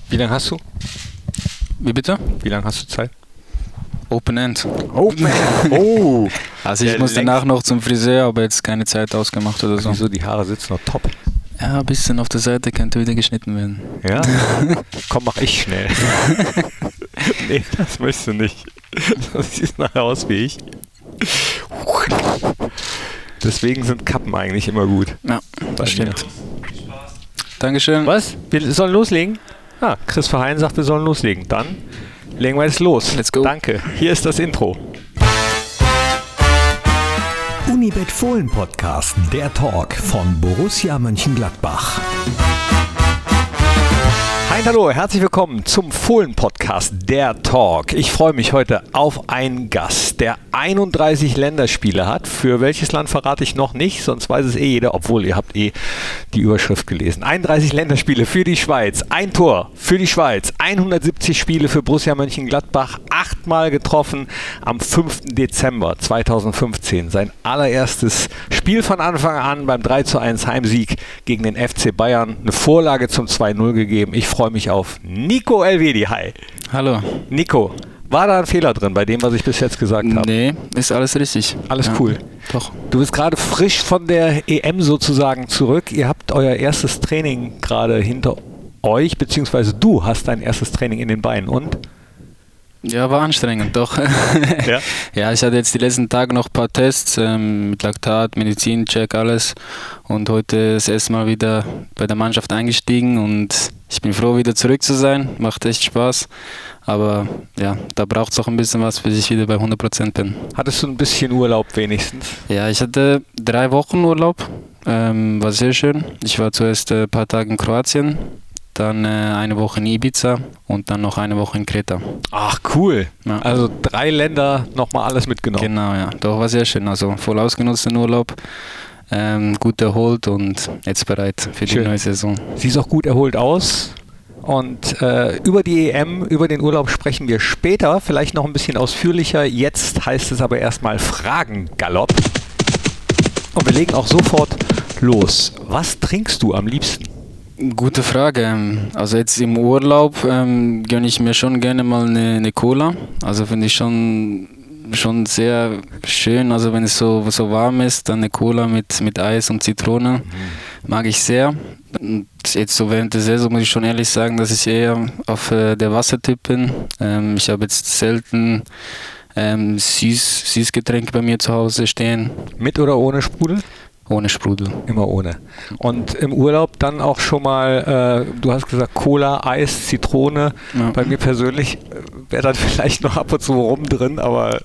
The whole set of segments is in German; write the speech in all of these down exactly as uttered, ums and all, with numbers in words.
Wie lange hast du? Wie bitte? Wie lange hast du Zeit? Open End. Open End? Oh! Also ich Der muss längst- danach noch zum Friseur, aber jetzt keine Zeit ausgemacht oder so. Wieso, die Haare sitzen noch top. Ja, ein bisschen auf der Seite könnte wieder geschnitten werden. Ja? Komm, mach ich schnell. Nee, das möchtest du nicht. Das sieht nachher aus wie ich. Deswegen sind Kappen eigentlich immer gut. Ja, Bei das mir. stimmt. Dankeschön. Was? Wir sollen loslegen? Ah, Chris Verheyen sagt, wir sollen loslegen. Dann legen wir jetzt los. Let's go. Danke. Hier ist das Intro. Unibet Fohlen Podcast, der Talk von Borussia Mönchengladbach. Hi, hallo, herzlich willkommen zum Fohlen-Podcast, der Talk. Ich freue mich heute auf einen Gast, der einunddreißig Länderspiele hat. Für welches Land verrate ich noch nicht, sonst weiß es eh jeder, obwohl ihr habt eh die Überschrift gelesen. einunddreißig Länderspiele für die Schweiz, ein Tor für die Schweiz, hundertsiebzig Spiele für Borussia Mönchengladbach, achtmal getroffen am fünften Dezember zweitausendfünfzehn. Sein allererstes Spiel von Anfang an beim drei zu eins Heimsieg gegen den F C Bayern, eine Vorlage zum zwei null gegeben. Ich freue mich auf Nico Elvedi. Hi. Hallo. Nico, war da ein Fehler drin bei dem, was ich bis jetzt gesagt habe? Nee, ist alles richtig. Alles Ja, cool. Doch. Du bist gerade frisch von der E M sozusagen zurück. Ihr habt euer erstes Training gerade hinter euch, beziehungsweise du hast dein erstes Training in den Beinen. Und? Ja, war anstrengend, doch. Ja? Ja, ich hatte jetzt die letzten Tage noch ein paar Tests ähm, mit Laktat, Medizincheck, alles. Und heute das erste Mal wieder bei der Mannschaft eingestiegen und ich bin froh, wieder zurück zu sein. Macht echt Spaß. Aber ja, da braucht es auch ein bisschen was, bis ich wieder bei hundert Prozent bin. Hattest du ein bisschen Urlaub wenigstens? Ja, ich hatte drei Wochen Urlaub. Ähm, war sehr schön. Ich war zuerst ein paar Tage in Kroatien, dann äh, eine Woche in Ibiza und dann noch eine Woche in Kreta. Ach, cool. Ja. Also drei Länder, nochmal alles mitgenommen. Genau, ja. Doch, war sehr schön. Also voll ausgenutzt den Urlaub, ähm, gut erholt und jetzt bereit für die Schön. neue Saison. Siehst auch gut erholt aus. Und äh, über die E M, über den Urlaub sprechen wir später, vielleicht noch ein bisschen ausführlicher. Jetzt heißt es aber erstmal Fragengalopp. Und wir legen auch sofort los. Was trinkst du am liebsten? Gute Frage. Ähm, Also jetzt im Urlaub ähm, gönne ich mir schon gerne mal eine, eine Cola. Also finde ich schon, schon sehr schön. Also wenn es so, so warm ist, dann eine Cola mit, mit Eis und Zitrone. Mag ich sehr. Und jetzt so während der Saison muss ich schon ehrlich sagen, dass ich eher auf äh, der Wassertyp bin. Ähm, ich habe jetzt selten ähm, Süß, Süßgetränke bei mir zu Hause stehen. Mit oder ohne Sprudel? Ohne Sprudel. Immer ohne. Und im Urlaub dann auch schon mal, äh, du hast gesagt Cola, Eis, Zitrone. Ja. Bei mir persönlich äh, wäre dann vielleicht noch ab und zu rum drin, aber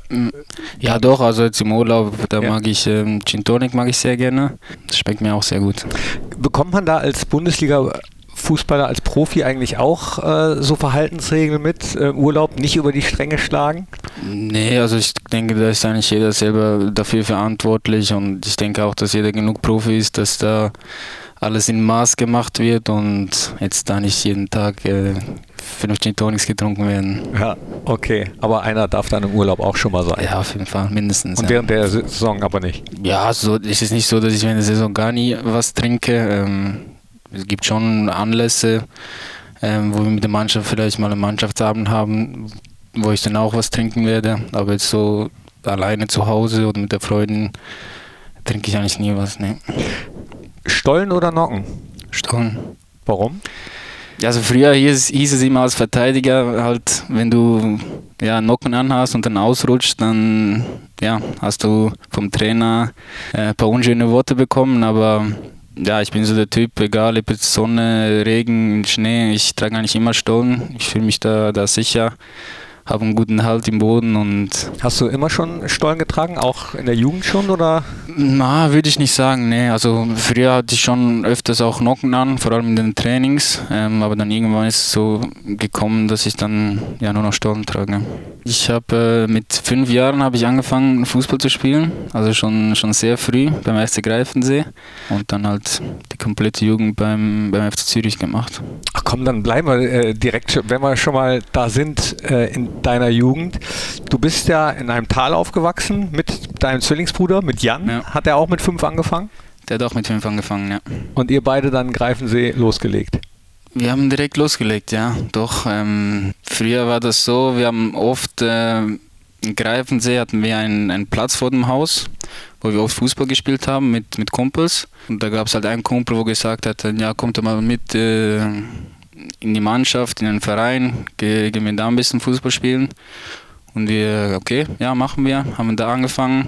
Ja doch, also jetzt im Urlaub, da Ja. mag ich ähm, Gin Tonic mag ich sehr gerne. Das schmeckt mir auch sehr gut. bekommt man da als Bundesliga-Fußballer, als Profi eigentlich auch äh, so Verhaltensregeln mit? Äh, Urlaub nicht über die Stränge schlagen? Nee, also ich denke, da ist eigentlich jeder selber dafür verantwortlich und ich denke auch, dass jeder genug Profi ist, dass da alles in Maß gemacht wird und jetzt da nicht jeden Tag äh, fünf Gin Tonics getrunken werden. Ja, okay. Aber einer darf dann im Urlaub auch schon mal sein. Ja, auf jeden Fall, mindestens. Und ja. während der Saison aber nicht. Ja, so ist es nicht so, dass ich während der Saison gar nie was trinke. Ähm, es gibt schon Anlässe, ähm, wo wir mit der Mannschaft vielleicht mal einen Mannschaftsabend haben, wo ich dann auch was trinken werde. Aber jetzt so alleine zu Hause oder mit der Freundin trinke ich eigentlich nie was. Ne. Stollen oder Nocken? Stollen. Warum? Ja, also früher hieß, hieß es immer als Verteidiger halt, wenn du ja, Nocken anhast und dann ausrutscht, dann ja, hast du vom Trainer äh, ein paar unschöne Worte bekommen, aber ja, ich bin so der Typ, egal ob jetzt Sonne, Regen, Schnee, ich trage eigentlich immer Stollen, ich fühle mich da, da sicher, habe einen guten Halt im Boden und Hast du immer schon Stollen getragen, auch in der Jugend schon, oder? na, würde ich nicht sagen, nee. Also früher hatte ich schon öfters auch Nocken an, vor allem in den Trainings, ähm, aber dann irgendwann ist es so gekommen, dass ich dann ja nur noch Stollen trage. Ich habe äh, mit fünf Jahren habe ich angefangen Fußball zu spielen, also schon, schon sehr früh beim F C Greifensee und dann halt die komplette Jugend beim, beim F C Zürich gemacht. Ach komm, dann bleiben wir äh, direkt, wenn wir schon mal da sind, äh, in deiner Jugend. Du bist ja in einem Tal aufgewachsen mit deinem Zwillingsbruder, mit Jan. Ja. Hat er auch mit fünf angefangen? Der hat auch mit fünf angefangen, ja. Und ihr beide dann Greifensee losgelegt? Wir haben direkt losgelegt, ja, doch. Ähm, früher war das so, wir haben oft, äh, in Greifensee hatten wir einen, einen Platz vor dem Haus, wo wir oft Fußball gespielt haben mit, mit Kumpels. Und da gab es halt einen Kumpel, wo gesagt hat, ja, kommt doch mal mit äh, in die Mannschaft, in den Verein, ge- gehen wir da ein bisschen Fußball spielen. Und wir, okay, ja, machen wir, haben da angefangen.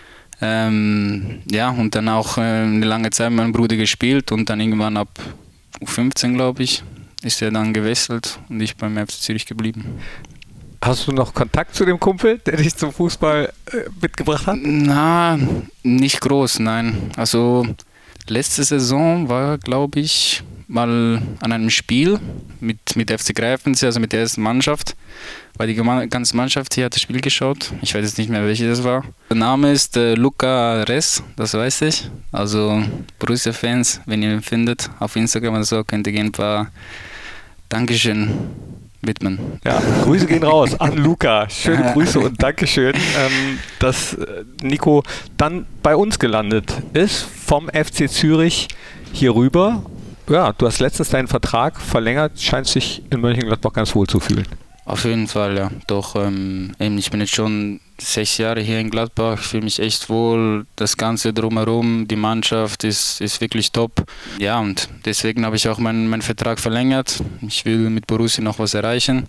Ähm, ja, und dann auch äh, eine lange Zeit mit meinem Bruder gespielt und dann irgendwann ab U fünfzehn, glaube ich, ist er dann gewechselt und ich beim F C Zürich geblieben. Hast du noch Kontakt zu dem Kumpel, der dich zum Fußball äh, mitgebracht hat? Na, nicht groß, nein. Also letzte Saison war, glaube ich, mal an einem Spiel mit, mit F C Greifensee, also mit der ersten Mannschaft, weil die ganze Mannschaft hier hat das Spiel geschaut. Ich weiß jetzt nicht mehr, welche das war. Der Name ist äh, Luca Ress, das weiß ich. Also Borussia-Fans, wenn ihr ihn findet, auf Instagram oder so, könnt ihr gerne ein paar Dankeschön widmen. Ja, Grüße gehen raus an Luca. Schöne Grüße und Dankeschön, ähm, dass Nico dann bei uns gelandet ist, vom F C Zürich hier rüber. Ja, du hast letztens deinen Vertrag verlängert, scheinst dich in Mönchengladbach ganz wohl zu fühlen. Auf jeden Fall, ja. Doch, ähm, ich bin jetzt schon sechs Jahre hier in Gladbach, ich fühle mich echt wohl, das Ganze drumherum, die Mannschaft ist, ist wirklich top. Ja, und deswegen habe ich auch meinen, meinen Vertrag verlängert. Ich will mit Borussia noch was erreichen.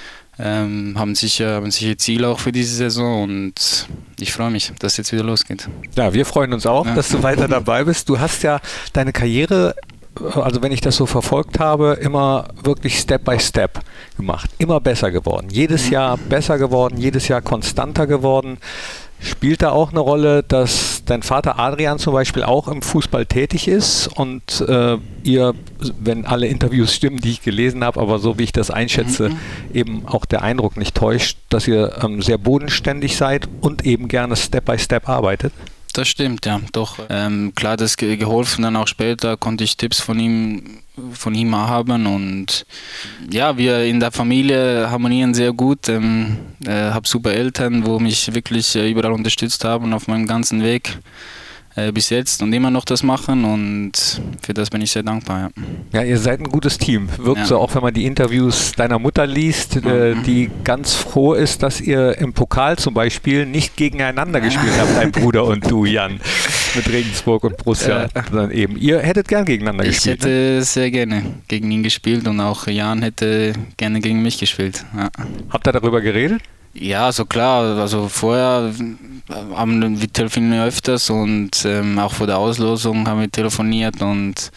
Ähm, haben sicher, haben sicher Ziele auch für diese Saison und ich freue mich, dass es jetzt wieder losgeht. Ja, wir freuen uns auch, ja, dass du weiter dabei bist. Du hast ja deine Karriere, also wenn ich das so verfolgt habe, immer wirklich Step by Step gemacht. Immer besser geworden. Jedes Jahr besser geworden, jedes Jahr konstanter geworden. Spielt da auch eine Rolle, dass dein Vater Adrian zum Beispiel auch im Fußball tätig ist und äh, ihr, wenn alle Interviews stimmen, die ich gelesen habe, aber so wie ich das einschätze, mhm. eben auch der Eindruck nicht täuscht, dass ihr ähm, sehr bodenständig seid und eben gerne Step by Step arbeitet? Das stimmt, ja, doch. Ähm, klar, das ge- geholfen, dann auch später konnte ich Tipps von ihm, von ihm haben und ja, wir in der Familie harmonieren sehr gut. Ähm, äh, habe super Eltern, wo mich wirklich äh, überall unterstützt haben auf meinem ganzen Weg äh, bis jetzt und immer noch das machen und für das bin ich sehr dankbar. Ja, ja, ihr seid ein gutes Team. Wirkt ja so, auch wenn man die Interviews deiner Mutter liest, mhm. äh, die ganz froh ist, dass ihr im Pokal zum Beispiel nicht gegeneinander ja. gespielt habt, dein Bruder und du, Jan, mit Regensburg und Borussia, äh, sondern eben, ihr hättet gern gegeneinander ich gespielt. Ich hätte ne? sehr gerne gegen ihn gespielt und auch Jan hätte gerne gegen mich gespielt. Ja. Habt ihr darüber geredet? Ja, so klar, also vorher haben wir telefoniert öfters und ähm, auch vor der Auslosung haben wir telefoniert und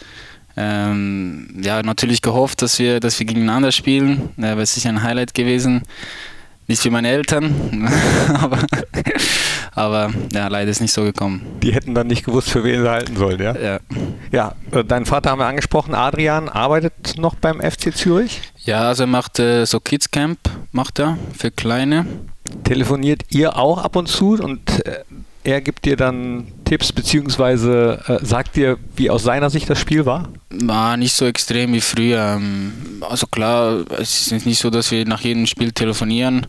ähm, ja, natürlich gehofft, dass wir, dass wir gegeneinander spielen. Ja, wäre sicher ein Highlight gewesen. Nicht für meine Eltern, aber, aber ja, leider ist nicht so gekommen. Die hätten dann nicht gewusst, für wen sie halten sollen, ja? Ja. Ja, deinen Vater haben wir angesprochen, Adrian arbeitet noch beim F C Zürich? Ja, also er macht äh, so Kids Camp, macht er für Kleine. Telefoniert ihr auch ab und zu und äh, er gibt dir dann Tipps beziehungsweise äh, sagt dir, wie aus seiner Sicht das Spiel war? War nicht so extrem wie früher. Also klar, es ist nicht so, dass wir nach jedem Spiel telefonieren,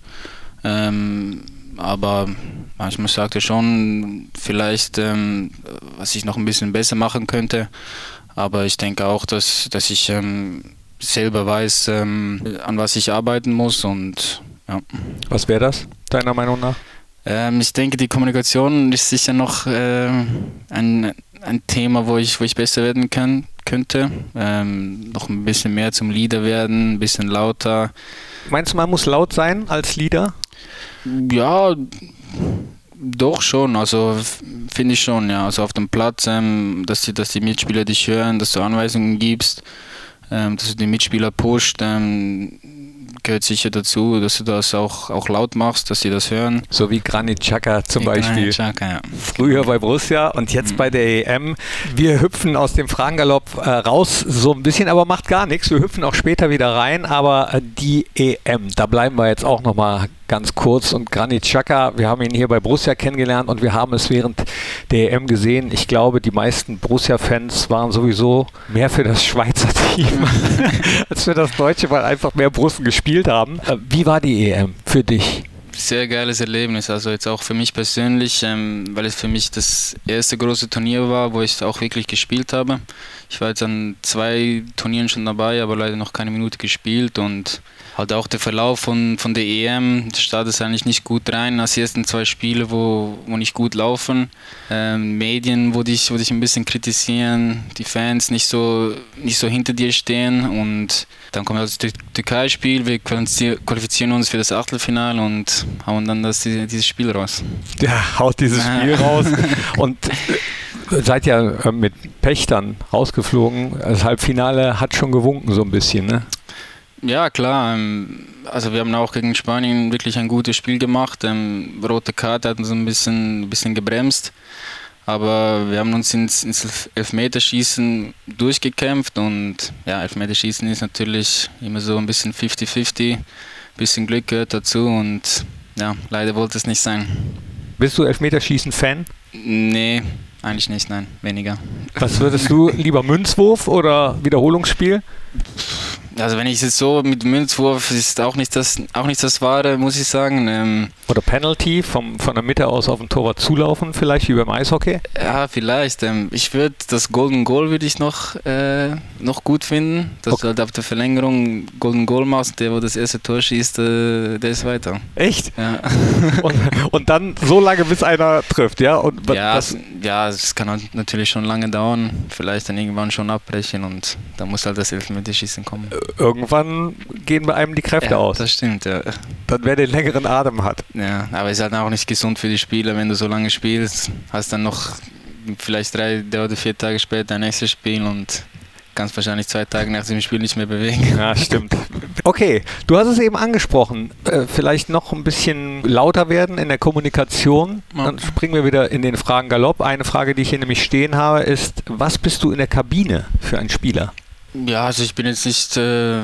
ähm, aber manchmal sagt er schon vielleicht, ähm, was ich noch ein bisschen besser machen könnte, aber ich denke auch, dass, dass ich ähm, selber weiß, ähm, an was ich arbeiten muss und ja. Was wäre das, deiner Meinung nach? Ähm, ich denke, die Kommunikation ist sicher noch äh, ein, ein Thema, wo ich, wo ich besser werden kann, könnte. Ähm, noch ein bisschen mehr zum Leader werden, ein bisschen lauter. Meinst du, man muss laut sein als Leader? Ja, doch schon. Also finde ich schon, ja. Also auf dem Platz, ähm, dass, die, dass die Mitspieler dich hören, dass du Anweisungen gibst, ähm, dass du die Mitspieler pusht. Ähm, gehört sicher dazu, dass du das auch, auch laut machst, dass sie das hören. So wie Granit Xhaka zum wie Beispiel. Xhaka, ja. Früher bei Borussia und jetzt mhm. bei der E M. Wir hüpfen aus dem Fragengalopp äh, raus so ein bisschen, aber macht gar nichts. Wir hüpfen auch später wieder rein, aber äh, die E M, da bleiben wir jetzt auch nochmal ganz kurz. Und Granit Xhaka, wir haben ihn hier bei Borussia kennengelernt und wir haben es während der E M gesehen. Ich glaube, die meisten Borussia-Fans waren sowieso mehr für das Schweizer Team als für das Deutsche, weil einfach mehr Borussen gespielt haben. Wie war die E M für dich? sehr geiles Erlebnis. Also jetzt auch für mich persönlich, ähm, weil es für mich das erste große Turnier war, wo ich auch wirklich gespielt habe. Ich war jetzt an zwei Turnieren schon dabei, aber leider noch keine Minute gespielt und halt auch der Verlauf von, von der E M, da startet es eigentlich nicht gut rein. Als die ersten zwei Spiele, wo, wo nicht gut laufen, ähm, Medien, wo dich, wo dich ein bisschen kritisieren, die Fans nicht so, nicht so hinter dir stehen und dann kommt das Türkei-Spiel, wir qualifizieren uns für das Achtelfinale und hauen dann das, dieses Spiel raus. Ja, haut dieses Spiel raus und seid ja mit Pech dann rausgeflogen. Das Halbfinale hat schon gewunken so ein bisschen, ne? Ja, klar. Also wir haben auch gegen Spanien wirklich ein gutes Spiel gemacht. Rote Karte hat uns ein bisschen, ein bisschen gebremst. Aber wir haben uns ins, ins Elfmeterschießen durchgekämpft. Und ja, Elfmeterschießen ist natürlich immer so ein bisschen fünfzig fünfzig. Ein bisschen Glück gehört dazu. Und ja, leider wollte es nicht sein. Bist du Elfmeterschießen-Fan? Nee, eigentlich nicht, nein, weniger. Was würdest du, lieber Münzwurf oder Wiederholungsspiel? Also wenn ich es so mit Münzwurf, ist auch nicht das, auch nicht das Wahre, muss ich sagen. Ähm Oder Penalty, vom, von der Mitte aus auf den Torwart zulaufen, vielleicht wie beim Eishockey? Ja, vielleicht. Ähm, ich würde das Golden Goal würde ich noch, äh, noch gut finden. Dass okay. du halt auf der Verlängerung Golden Goal machst, der, wo das erste Tor schießt, äh, der ist weiter. Echt? Ja. und, und dann so lange, bis einer trifft, ja? Und ja, das, ja, es kann halt natürlich schon lange dauern. Vielleicht dann irgendwann schon abbrechen und dann muss halt das Elfmeterschießen kommen. Irgendwann gehen bei einem die Kräfte ja, aus. Das stimmt, ja. Dann wer den längeren Atem hat. Ja, aber es ist halt auch nicht gesund für die Spieler, wenn du so lange spielst. Hast dann noch vielleicht drei oder vier Tage später ein nächstes Spiel und kannst wahrscheinlich zwei Tage nach dem Spiel nicht mehr bewegen. Ja, stimmt. Okay, du hast es eben angesprochen. Äh, vielleicht noch ein bisschen lauter werden in der Kommunikation. Dann springen wir wieder in den Fragen Galopp. Eine Frage, die ich hier nämlich stehen habe, ist, was bist du in der Kabine für ein Spieler? Ja, also ich bin jetzt nicht äh,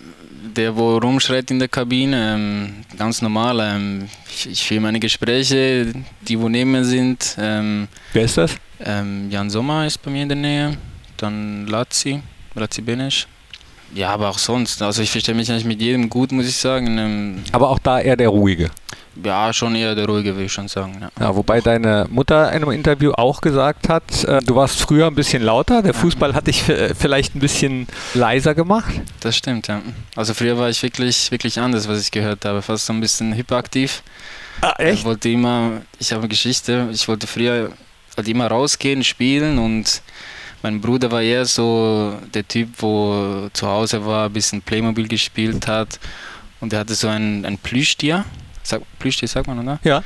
der, wo rumschreit in der Kabine. Ähm, ganz normal. Ähm, ich, ich führe meine Gespräche, die wo neben mir sind. Ähm, Wer ist das? Ähm, Jan Sommer ist bei mir in der Nähe. Dann Lazzi, Lazzi Benesch. Ja, aber auch sonst. Also ich verstehe mich eigentlich mit jedem gut, muss ich sagen. Ähm, aber auch da eher der Ruhige? Ja, schon eher der Ruhige, würde ich schon sagen. Ja. Ja, wobei deine Mutter in einem Interview auch gesagt hat, äh, du warst früher ein bisschen lauter, der Fußball hat dich f- vielleicht ein bisschen leiser gemacht. Das stimmt, ja. Also früher war ich wirklich, wirklich anders, was ich gehört habe, fast so ein bisschen hyperaktiv. Ah, echt? Ich wollte immer, ich habe eine Geschichte, ich wollte früher halt immer rausgehen, spielen und mein Bruder war eher so der Typ, wo zu Hause war, ein bisschen Playmobil gespielt hat und er hatte so ein, ein Plüschtier. Sag, Plüschtier sagt man, oder? Ja.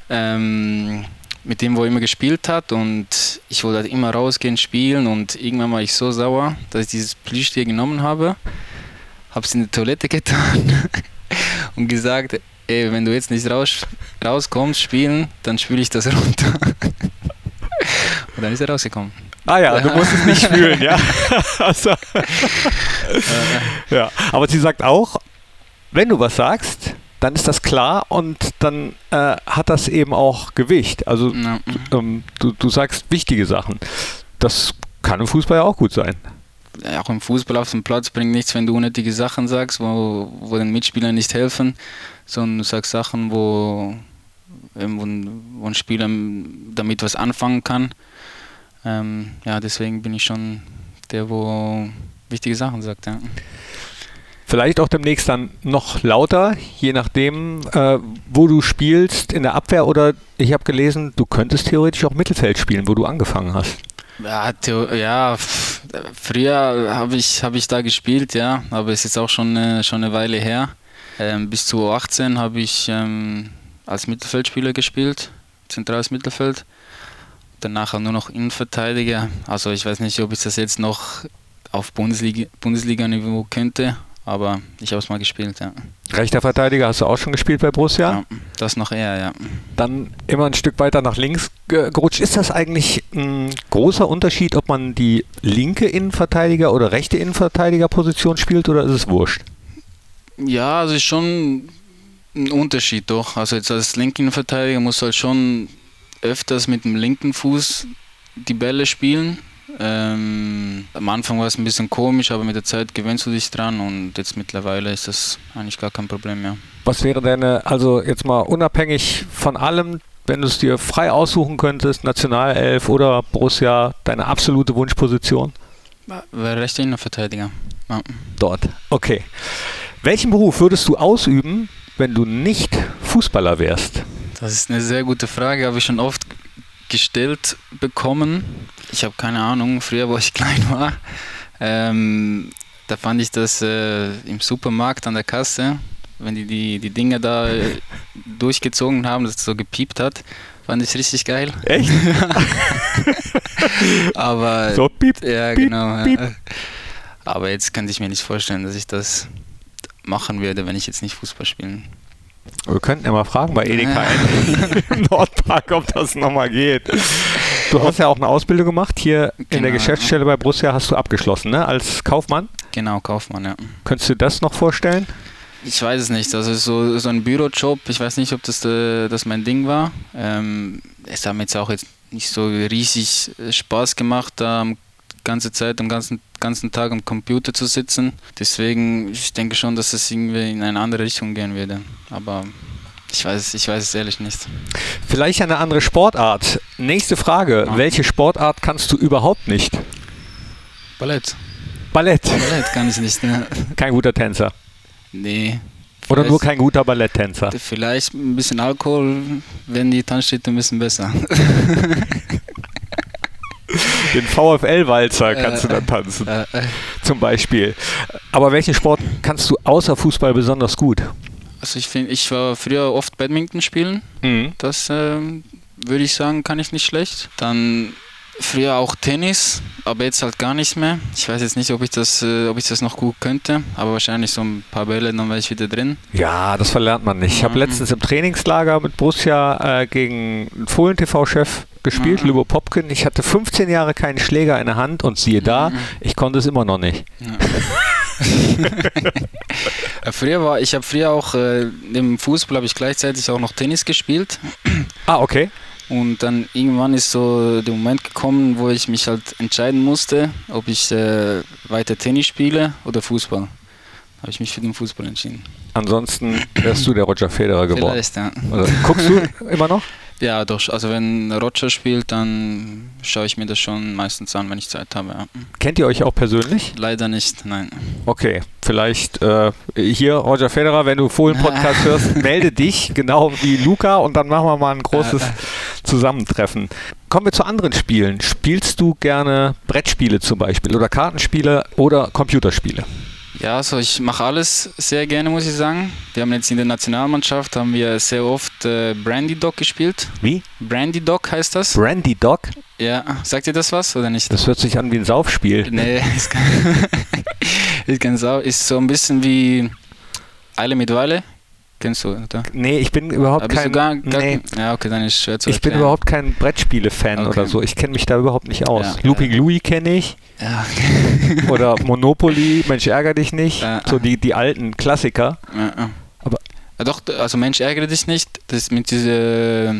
Ähm, mit dem, wo er immer gespielt hat und ich wollte halt immer rausgehen, spielen und irgendwann war ich so sauer, dass ich dieses Plüschtier genommen habe, habe es in die Toilette getan und gesagt, ey, wenn du jetzt nicht raus, rauskommst, spielen, dann spüle ich das runter. Und dann ist er rausgekommen. Ah ja, du musst es nicht spülen, ja. Also, ja. Aber sie sagt auch, wenn du was sagst, dann ist das klar und dann äh, hat das eben auch Gewicht. Also ja. ähm, du, du sagst wichtige Sachen. Das kann im Fußball ja auch gut sein. Ja, auch im Fußball auf dem Platz bringt nichts, wenn du unnötige Sachen sagst, wo, wo den Mitspielern nicht helfen, sondern du sagst Sachen, wo, wo, wo ein Spieler damit was anfangen kann. Ähm, ja, deswegen bin ich schon der, wo wichtige Sachen sagt. Ja. Vielleicht auch demnächst dann noch lauter, je nachdem, äh, wo du spielst, in der Abwehr oder ich habe gelesen, du könntest theoretisch auch Mittelfeld spielen, wo du angefangen hast. Ja, Theo- ja f- früher habe ich, hab ich da gespielt, ja, aber es ist auch schon, äh, schon eine Weile her. Ähm, bis zu U achtzehn habe ich ähm, als Mittelfeldspieler gespielt, zentrales Mittelfeld. Danach nur noch Innenverteidiger. Also ich weiß nicht, ob ich das jetzt noch auf Bundesliga, Bundesliga-Niveau könnte. Aber ich habe es mal gespielt, ja. Rechter Verteidiger hast du auch schon gespielt bei Borussia? Ja, das noch eher, ja. Dann immer ein Stück weiter nach links gerutscht. Ist das eigentlich ein großer Unterschied, ob man die linke Innenverteidiger- oder rechte Innenverteidigerposition spielt oder ist es wurscht? Ja, also ist schon ein Unterschied doch. Also jetzt als linker Innenverteidiger musst du halt schon öfters mit dem linken Fuß die Bälle spielen. Ähm, am Anfang war es ein bisschen komisch, aber mit der Zeit gewöhnst du dich dran und jetzt mittlerweile ist das eigentlich gar kein Problem mehr. Was wäre deine, also jetzt mal unabhängig von allem, wenn du es dir frei aussuchen könntest, Nationalelf oder Borussia, deine absolute Wunschposition? Wäre rechter Innenverteidiger. Ja. Dort. Okay. Welchen Beruf würdest du ausüben, wenn du nicht Fußballer wärst? Das ist eine sehr gute Frage, habe ich schon oft gestellt bekommen. Ich habe keine Ahnung, früher, wo ich klein war, ähm, da fand ich das äh, im Supermarkt an der Kasse, wenn die die, die Dinge da äh, durchgezogen haben, dass es so gepiept hat, fand ich richtig geil. Echt? Aber so piep, ja, piep, genau. Piep. Aber jetzt könnte ich mir nicht vorstellen, dass ich das machen würde, wenn ich jetzt nicht Fußball spielen. Wir könnten ja mal fragen bei Edeka im Nordpark, ob das nochmal geht. Du hast ja auch eine Ausbildung gemacht. Hier genau, in der Geschäftsstelle bei Borussia hast du abgeschlossen, ne? Als Kaufmann? Genau, Kaufmann, ja. Könntest du das noch vorstellen? Ich weiß es nicht. Also so, so ein Bürojob, ich weiß nicht, ob das, das mein Ding war. Ähm, es hat mir jetzt auch jetzt nicht so riesig Spaß gemacht, da die ganze Zeit, den ganzen, ganzen Tag am Computer zu sitzen. Deswegen, ich denke schon, dass es irgendwie in eine andere Richtung gehen würde. Aber ich weiß, ich weiß es ehrlich nicht. Vielleicht eine andere Sportart. Nächste Frage. Ja. Welche Sportart kannst du überhaupt nicht? Ballett. Ballett? Ballett kann ich nicht. Ne? Kein guter Tänzer? Nee. Oder nur kein guter Balletttänzer? Vielleicht ein bisschen Alkohol, wenn die Tanzschritte ein bisschen besser. Den VfL-Walzer kannst äh, du dann tanzen, äh, äh. zum Beispiel. Aber welchen Sport kannst du außer Fußball besonders gut? Also ich finde, ich war früher oft Badminton spielen. Mhm. Das äh, würde ich sagen, kann ich nicht schlecht. Dann früher auch Tennis, aber jetzt halt gar nicht mehr. Ich weiß jetzt nicht, ob ich das, äh, ob ich das noch gut könnte, aber wahrscheinlich so ein paar Bälle, dann wäre ich wieder drin. Ja, das verlernt man nicht. Ich habe letztens im Trainingslager mit Borussia äh, gegen einen Fohlen-T V-Chef gespielt, mhm. Lubo Popkin. Ich hatte fünfzehn Jahre keinen Schläger in der Hand und siehe da, mhm. ich konnte es immer noch nicht. Ja. Früher war, ich habe früher auch, äh, im Fußball habe ich gleichzeitig auch noch Tennis gespielt. Ah, okay. Und dann irgendwann ist so der Moment gekommen, wo ich mich halt entscheiden musste, ob ich äh, weiter Tennis spiele oder Fußball. Da habe ich mich für den Fußball entschieden. Ansonsten wärst du der Roger Federer geworden. Vielleicht, ja. Also, guckst du immer noch? Ja, doch. Also wenn Roger spielt, dann schaue ich mir das schon meistens an, wenn ich Zeit habe. Ja. Kennt ihr euch auch persönlich? Leider nicht, nein. Okay, vielleicht äh, hier Roger Federer, wenn du Fohlen-Podcast hörst, melde dich, genau wie Luca, und dann machen wir mal ein großes Zusammentreffen. Kommen wir zu anderen Spielen. Spielst du gerne Brettspiele zum Beispiel oder Kartenspiele oder Computerspiele? Ja, also ich mache alles sehr gerne, muss ich sagen. Wir haben jetzt in der Nationalmannschaft haben wir sehr oft äh, Brandy Dog gespielt. Wie? Brandy Dog heißt das. Brandy Dog? Ja, sagt ihr das was oder nicht? Das hört sich an wie ein Saufspiel. Nee, ist kein, ist kein Sauf, ist so ein bisschen wie Eile mit Weile. Kennst du, oder? Nee, ich bin überhaupt Aber kein... Gar, gar, nee. Ja, okay, dann ist es schwer zu Ich bin überhaupt kein Brettspiele-Fan okay. oder so. Ich kenne mich da überhaupt nicht aus. Ja, Looping ja. Louis kenne ich. Ja, okay. Oder Monopoly, Mensch, ärgere dich nicht. Ja, so die, die alten Klassiker. Ja, ja. Aber ja, doch, also Mensch, ärgere dich nicht. Das ist mit dieser,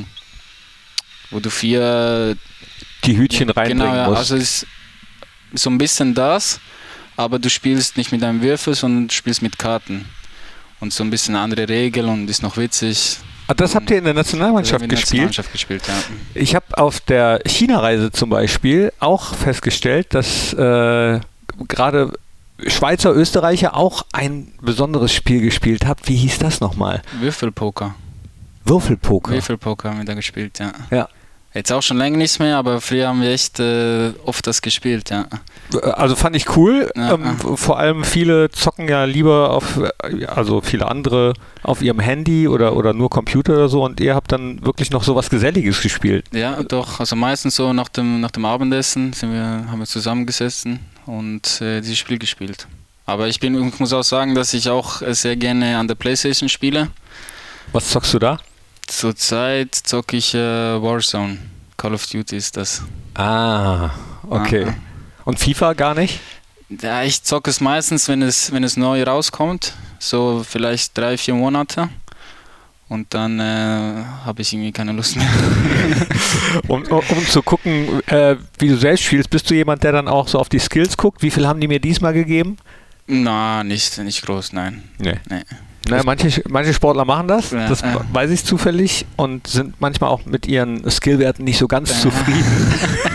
wo du vier... Die Hütchen reinbringen genau, ja, musst. Also es ist so ein bisschen das, aber du spielst nicht mit einem Würfel, sondern du spielst mit Karten. Und so ein bisschen andere Regel und ist noch witzig. Ah, das habt ihr in der Nationalmannschaft in der gespielt? Nationalmannschaft gespielt, ja. Ich habe auf der China-Reise zum Beispiel auch festgestellt, dass äh, gerade Schweizer, Österreicher auch ein besonderes Spiel gespielt habt. Wie hieß das nochmal? Würfelpoker. Würfelpoker? Würfelpoker haben wir da gespielt, ja. Ja. Jetzt auch schon länger nichts mehr, aber früher haben wir echt äh, oft das gespielt, ja. Also fand ich cool. Ja, ähm, ja. Vor allem viele zocken ja lieber auf, also viele andere auf ihrem Handy oder, oder nur Computer oder so, und ihr habt dann wirklich noch so was Geselliges gespielt. Ja, doch. Also meistens so nach dem, nach dem Abendessen sind wir, haben wir zusammengesessen und äh, dieses Spiel gespielt. Aber ich, bin, ich muss auch sagen, dass ich auch sehr gerne an der Playstation spiele. Was zockst du da? Zurzeit zocke ich äh, Warzone. Call of Duty ist das. Ah, okay. Ah, und FIFA gar nicht? Ja, ich zocke es meistens, wenn es, wenn es neu rauskommt. So vielleicht drei, vier Monate. und dann äh, habe ich irgendwie keine Lust mehr. um, um, um zu gucken, äh, wie du selbst spielst, bist du jemand, der dann auch so auf die Skills guckt? Wie viel haben die mir diesmal gegeben? Na, nicht, nicht groß, nein. Nee. nee. Na, manche, manche Sportler machen das, Ja, das äh. weiß ich zufällig, und sind manchmal auch mit ihren Skillwerten nicht so ganz Äh. zufrieden.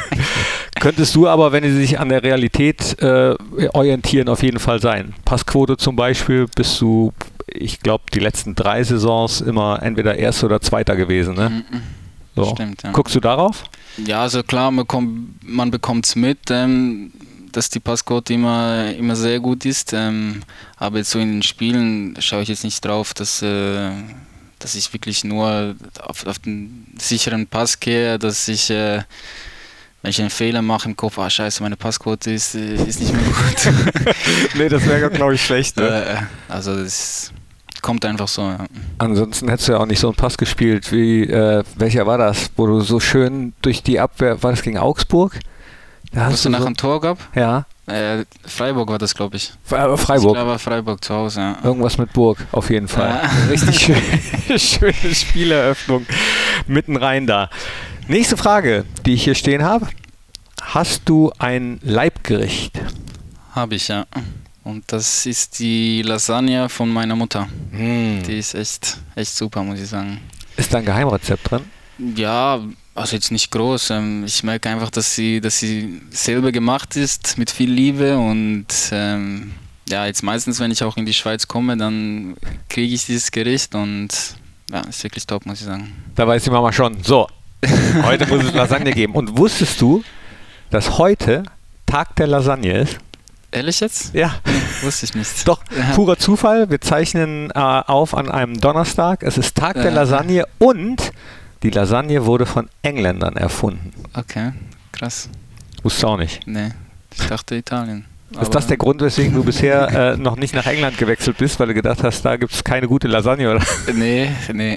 Könntest du aber, wenn sie sich an der Realität äh, orientieren, auf jeden Fall sein. Passquote zum Beispiel bist du, ich glaube, die letzten drei Saisons immer entweder Erster oder Zweiter gewesen. Ne? Mhm. So. Stimmt, ja. Guckst du darauf? Ja, also klar, man, kommt, man bekommt es mit, ähm, dass die Passquote immer, immer sehr gut ist. Ähm, aber jetzt so in den Spielen schaue ich jetzt nicht drauf, dass, äh, dass ich wirklich nur auf, auf den sicheren Pass gehe, dass ich, äh, wenn ich einen Fehler mache im Kopf, ah scheiße, meine Passquote ist, äh, ist nicht mehr gut. Nee, das wäre, glaube ich, schlecht. Ne? äh, also das kommt einfach so. Ja. Ansonsten hättest du ja auch nicht so einen Pass gespielt wie, äh, welcher war das, wo du so schön durch die Abwehr, war das gegen Augsburg? Da Was du nach so, einem Tor gab? Ja. Äh, Freiburg war das, glaube ich. Freiburg. Ich glaube, war Freiburg zu Hause, ja. Irgendwas mit Burg, auf jeden Fall. Ja. Richtig schön, schöne Spieleröffnung mitten rein da. Nächste Frage, die ich hier stehen habe. Hast du ein Leibgericht? Habe ich, ja. Und das ist die Lasagne von meiner Mutter. Hm. Die ist echt, echt super, muss ich sagen. Ist da ein Geheimrezept drin? Ja, also jetzt nicht groß. Ich merke einfach, dass sie, dass sie selber gemacht ist, mit viel Liebe. Und ähm, ja, jetzt meistens, wenn ich auch in die Schweiz komme, dann kriege ich dieses Gericht und ja, ist wirklich top, muss ich sagen. Da weiß die Mama schon. So, heute muss es Lasagne geben. Und wusstest du, dass heute Tag der Lasagne ist? Ehrlich jetzt? Ja. Wusste ich nicht. Doch, Ja. purer Zufall. Wir zeichnen äh, auf an einem Donnerstag. Es ist Tag der Ja. Lasagne und die Lasagne wurde von Engländern erfunden. Okay, krass. Wusstest du auch nicht. Nee, ich dachte Italien. Ist das der Grund, weswegen du bisher äh, noch nicht nach England gewechselt bist, weil du gedacht hast, da gibt es keine gute Lasagne, oder? Nee, nee.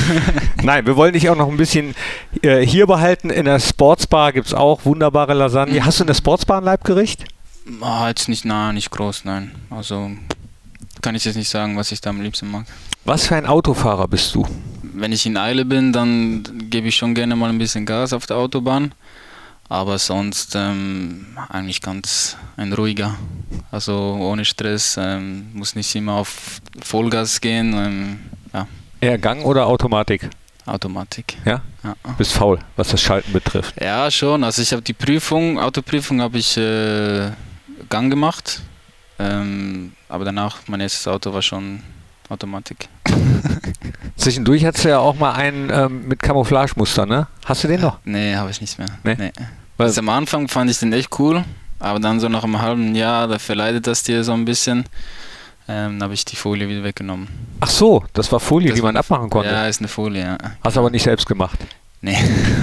Nein, wir wollen dich auch noch ein bisschen äh, hier behalten. In der Sportsbar gibt es auch wunderbare Lasagne. Mhm. Hast du in der Sportsbar ein Leibgericht? Ah, jetzt nicht nah, nicht groß, nein. Also kann ich jetzt nicht sagen, was ich da am liebsten mag. Was für ein Autofahrer bist du? Wenn ich in Eile bin, dann gebe ich schon gerne mal ein bisschen Gas auf der Autobahn. Aber sonst ähm, eigentlich ganz ein ruhiger. Also ohne Stress, ähm, muss nicht immer auf Vollgas gehen. Ähm, ja, Eher Gang oder Automatik? Automatik. Ja? Ja. Bist faul, was das Schalten betrifft. Ja, schon. Also ich habe die Prüfung, Autoprüfung habe ich äh, Gang gemacht. Ähm, aber danach, mein erstes Auto war schon Automatik. Zwischendurch hattest du ja auch mal einen ähm, mit Camouflagemuster, ne? Hast du den noch? Nee, habe ich nicht mehr. Nee? Nee. Weil- Also am Anfang fand ich den echt cool, aber dann so nach einem halben Jahr, da verleidet das dir so ein bisschen. Ähm, dann habe ich die Folie wieder weggenommen. Ach so, das war Folie, Das die man war- abmachen konnte. Ja, ist eine Folie, ja. Hast aber nicht selbst gemacht. Nee.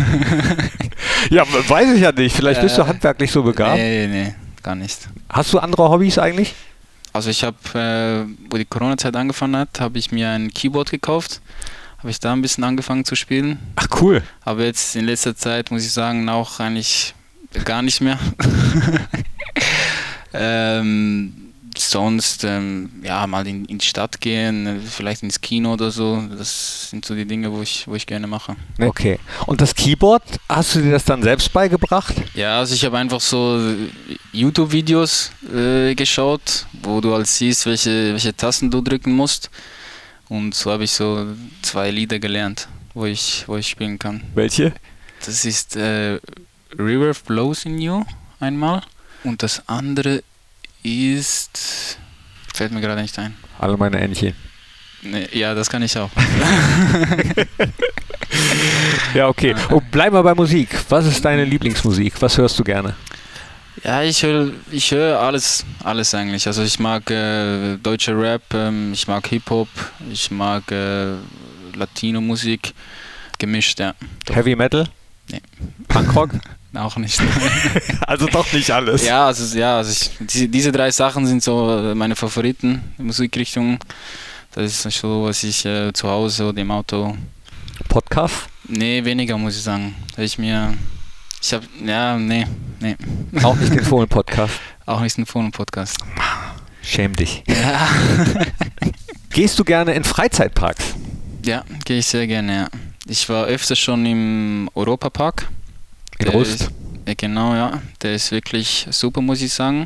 Ja, weiß ich ja nicht. Vielleicht bist du Äh, handwerklich so begabt. Nee, nee, gar nicht. Hast du andere Hobbys eigentlich? Also ich habe, äh, wo die Corona-Zeit angefangen hat, habe ich mir ein Keyboard gekauft. Habe ich da ein bisschen angefangen zu spielen. Ach cool. Aber jetzt in letzter Zeit, muss ich sagen, auch eigentlich gar nicht mehr. ähm, sonst, ähm, ja, mal in, in die Stadt gehen, äh, vielleicht ins Kino oder so. Das sind so die Dinge, wo ich, wo ich gerne mache. Okay. Und das Keyboard, hast du dir das dann selbst beigebracht? Ja, also ich habe einfach so YouTube-Videos äh, geschaut, wo du halt siehst, welche, welche Tasten du drücken musst. Und so habe ich so zwei Lieder gelernt, wo ich, wo ich spielen kann. Welche? Das ist äh, River Flows in You einmal. Und das andere ist... Fällt mir gerade nicht ein. Alle meine Entchen. Nee, ja, das kann ich auch. Ja, okay. Und bleib mal bei Musik. Was ist deine Lieblingsmusik? Was hörst du gerne? Ja, ich höre ich hör alles, alles eigentlich. Also ich mag äh, deutsche Rap, ähm, ich mag Hip-Hop, ich mag äh, Latino-Musik, gemischt, ja. Doch. Heavy Metal? Nee. Punkrock? Auch nicht. Also doch nicht alles. Ja, also, ja also ich, diese, diese drei Sachen sind so meine Favoriten, Musikrichtungen. Das ist so, was ich äh, zu Hause oder im Auto... Podcast? Nee, weniger muss ich sagen. Weil ich mir... Ich habe... Ja, nee, nee. Auch nicht den Fohlen-Podcast. Auch nicht ein Phone-Podcast. Schäm dich. Ja. Gehst du gerne in Freizeitparks? Ja, gehe ich sehr gerne, ja. Ich war öfters schon im Europapark. In Der Rust? ist- Ja, genau, ja. Der ist wirklich super, muss ich sagen.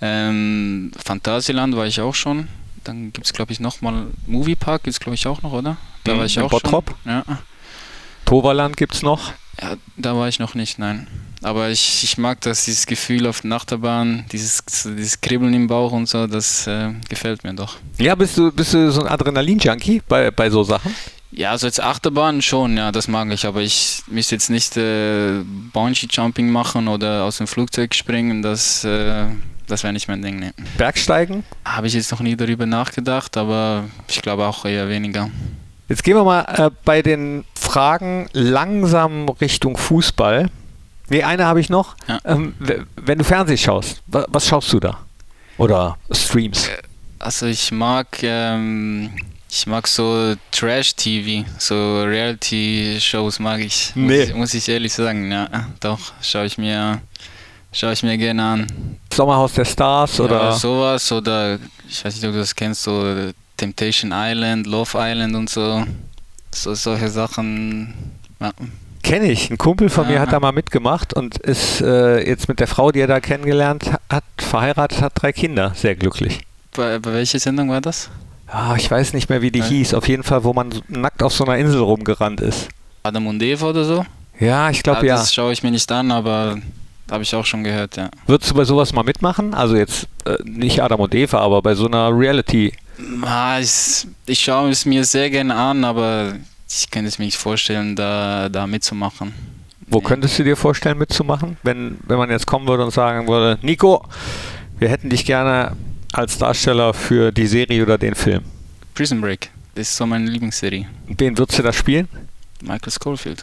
Ähm, Phantasialand war ich auch schon. Dann gibt es, glaube ich, nochmal Moviepark, gibt es, glaube ich, auch noch, oder? Da Mhm, war ich in auch Bottrop? schon. Ja. Toverland gibt es noch. Ja, da war ich noch nicht, nein. Aber ich, ich mag das, dieses Gefühl auf der Achterbahn, dieses, so dieses Kribbeln im Bauch und so, das äh, gefällt mir doch. Ja, bist du, bist du so ein Adrenalin-Junkie bei, bei so Sachen? Ja, also jetzt Achterbahn schon, ja, das mag ich, aber ich müsste jetzt nicht äh, Bungee-Jumping machen oder aus dem Flugzeug springen, das, äh, das wäre nicht mein Ding, ne. Bergsteigen? Habe ich jetzt noch nie darüber nachgedacht, aber ich glaube auch eher weniger. Jetzt gehen wir mal äh, bei den Fragen langsam Richtung Fußball. Nee, eine habe ich noch. Ja. Ähm, w- wenn du Fernsehen schaust, wa- was schaust du da? Oder Streams? Also ich mag, ähm, ich mag so Trash-T V, so Reality-Shows mag ich, muss, Nee. ich, muss ich ehrlich sagen, ja, doch, schaue ich mir, schaue ich mir gerne an. Sommerhaus der Stars oder? Ja, sowas oder, ich weiß nicht, ob du das kennst, so Temptation Island, Love Island und so, so solche Sachen, ja. Kenne ich. Ein Kumpel von mir Ja. hat da mal mitgemacht und ist äh, jetzt mit der Frau, die er da kennengelernt hat, verheiratet, hat drei Kinder. Sehr glücklich. Bei, bei welcher Sendung war das? Ah, ich weiß nicht mehr, wie die Ja. hieß. Auf jeden Fall, wo man so nackt auf so einer Insel rumgerannt ist. Adam und Eva oder so? Ja, ich glaube ja. Das schaue ich mir nicht an, aber habe ich auch schon gehört, ja. Würdest du bei sowas mal mitmachen? Also jetzt äh, nicht Adam und Eva, aber bei so einer Reality. Ah, ich, ich schaue es mir sehr gerne an, aber ich könnte es mir nicht vorstellen, da, da mitzumachen. Wo Nee. könntest du dir vorstellen mitzumachen, wenn, wenn man jetzt kommen würde und sagen würde, Nico, wir hätten dich gerne als Darsteller für die Serie oder den Film. Prison Break, das ist so meine Lieblingsserie. Wen würdest du da spielen? Michael Scofield.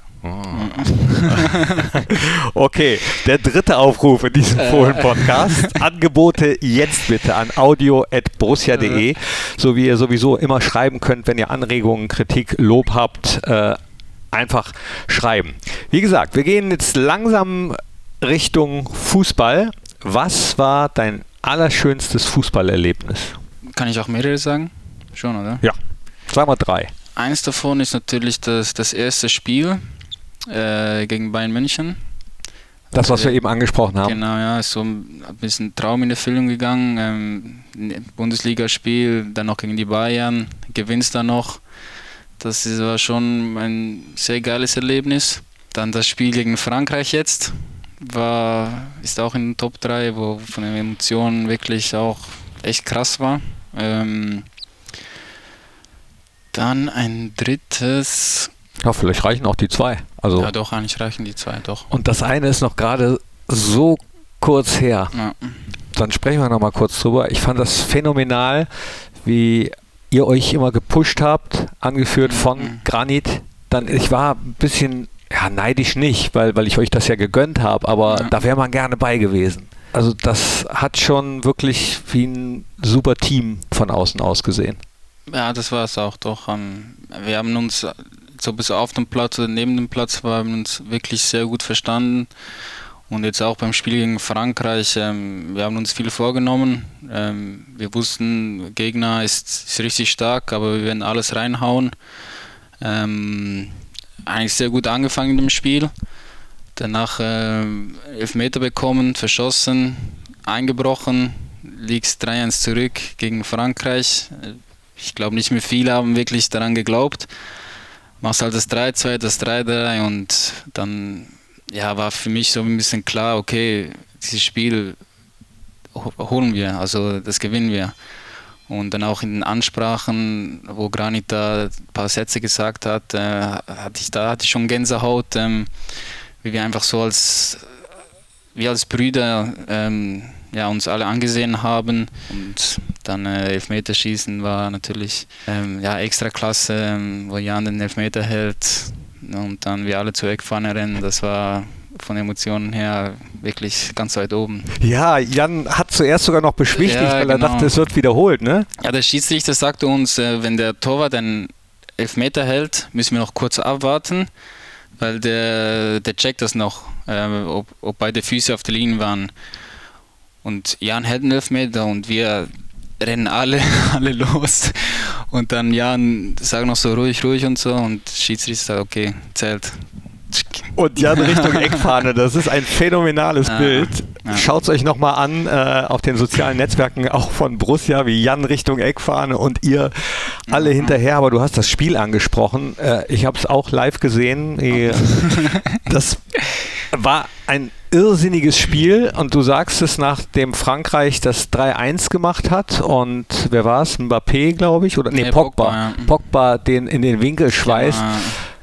Okay, der dritte Aufruf in diesem Fohlen-Podcast. Angebote jetzt bitte an audio at borussia punkt de, so wie ihr sowieso immer schreiben könnt, wenn ihr Anregungen, Kritik, Lob habt, äh, einfach schreiben. Wie gesagt, wir gehen jetzt langsam Richtung Fußball. Was war dein allerschönstes Fußballerlebnis? Kann ich auch mehrere sagen? Schon, oder? Ja, sag mal drei. Eins davon ist natürlich das, das erste Spiel äh, gegen Bayern München. Das, was wir eben angesprochen haben. Genau, ja, ist so ein bisschen Traum in Erfüllung gegangen. Ähm, Bundesligaspiel, dann noch gegen die Bayern, gewinnst dann noch. Das ist- war schon ein sehr geiles Erlebnis. Dann das Spiel gegen Frankreich jetzt, war, ist auch in den Top drei, wo von den Emotionen wirklich auch echt krass war. Ähm, dann ein drittes, Ja, vielleicht reichen auch die zwei. Also, ja doch, eigentlich reichen die zwei, doch. und das eine ist noch gerade so kurz her. Ja. Dann sprechen wir noch mal kurz drüber. Ich fand das phänomenal, wie ihr euch immer gepusht habt, angeführt von Mhm. Granit. Dann, ich war ein bisschen, ja, neidisch nicht, weil, weil ich euch das ja gegönnt habe, aber Ja. da wäre man gerne bei gewesen. Also das hat schon wirklich wie ein super Team von außen aus gesehen. Ja, das war es auch doch. Ähm, Wir haben uns, äh, so bis auf dem Platz oder neben dem Platz, wir haben uns wirklich sehr gut verstanden. Und jetzt auch beim Spiel gegen Frankreich, ähm, wir haben uns viel vorgenommen. Ähm, wir wussten, Gegner ist, ist richtig stark, aber wir werden alles reinhauen. Ähm, eigentlich sehr gut angefangen in dem Spiel. Danach ähm, Elfmeter bekommen, verschossen, eingebrochen, liegst drei eins zurück gegen Frankreich. Ich glaube, nicht mehr viele haben wirklich daran geglaubt. Machst halt das drei zwei, das drei drei und dann ja, war für mich so ein bisschen klar, okay, dieses Spiel ho- holen wir, also das gewinnen wir. Und dann auch in den Ansprachen, wo Granit da ein paar Sätze gesagt hat, äh, hatte ich da hatte ich schon Gänsehaut, ähm, wie wir einfach so als wir als Brüder ähm, ja, uns alle angesehen haben. Und dann äh, Elfmeterschießen war natürlich ähm, ja, extra klasse, ähm, wo Jan den Elfmeter hält und dann wir alle zur Eckpfanne rennen. Das war von Emotionen her wirklich ganz weit oben. Ja, Jan hat zuerst sogar noch beschwichtigt, Ja, weil er genau. dachte, es wird wiederholt, ne? Ja, der Schiedsrichter sagte uns, äh, wenn der Torwart einen Elfmeter hält, müssen wir noch kurz abwarten, weil der, der checkt das noch, äh, ob, ob beide Füße auf der Linie waren. Und Jan hält einen Elfmeter und wir rennen alle, alle los und dann Jan sagt noch so ruhig, ruhig und so und Schiedsrichter sagt, okay, zählt. Und Jan Richtung Eckfahne, das ist ein phänomenales ja, Bild. Ja. Schaut es euch nochmal an äh, auf den sozialen Netzwerken auch von Borussia, wie Jan Richtung Eckfahne und ihr alle mhm. hinterher. Aber du hast das Spiel angesprochen. Äh, ich habe es auch live gesehen. Das war ein irrsinniges Spiel und du sagst es, nachdem Frankreich das drei eins gemacht hat und wer war es? Mbappé, glaube ich? Oder nee, nee Pogba. Pogba, ja. Pogba den in den Winkel schweißt. Ja.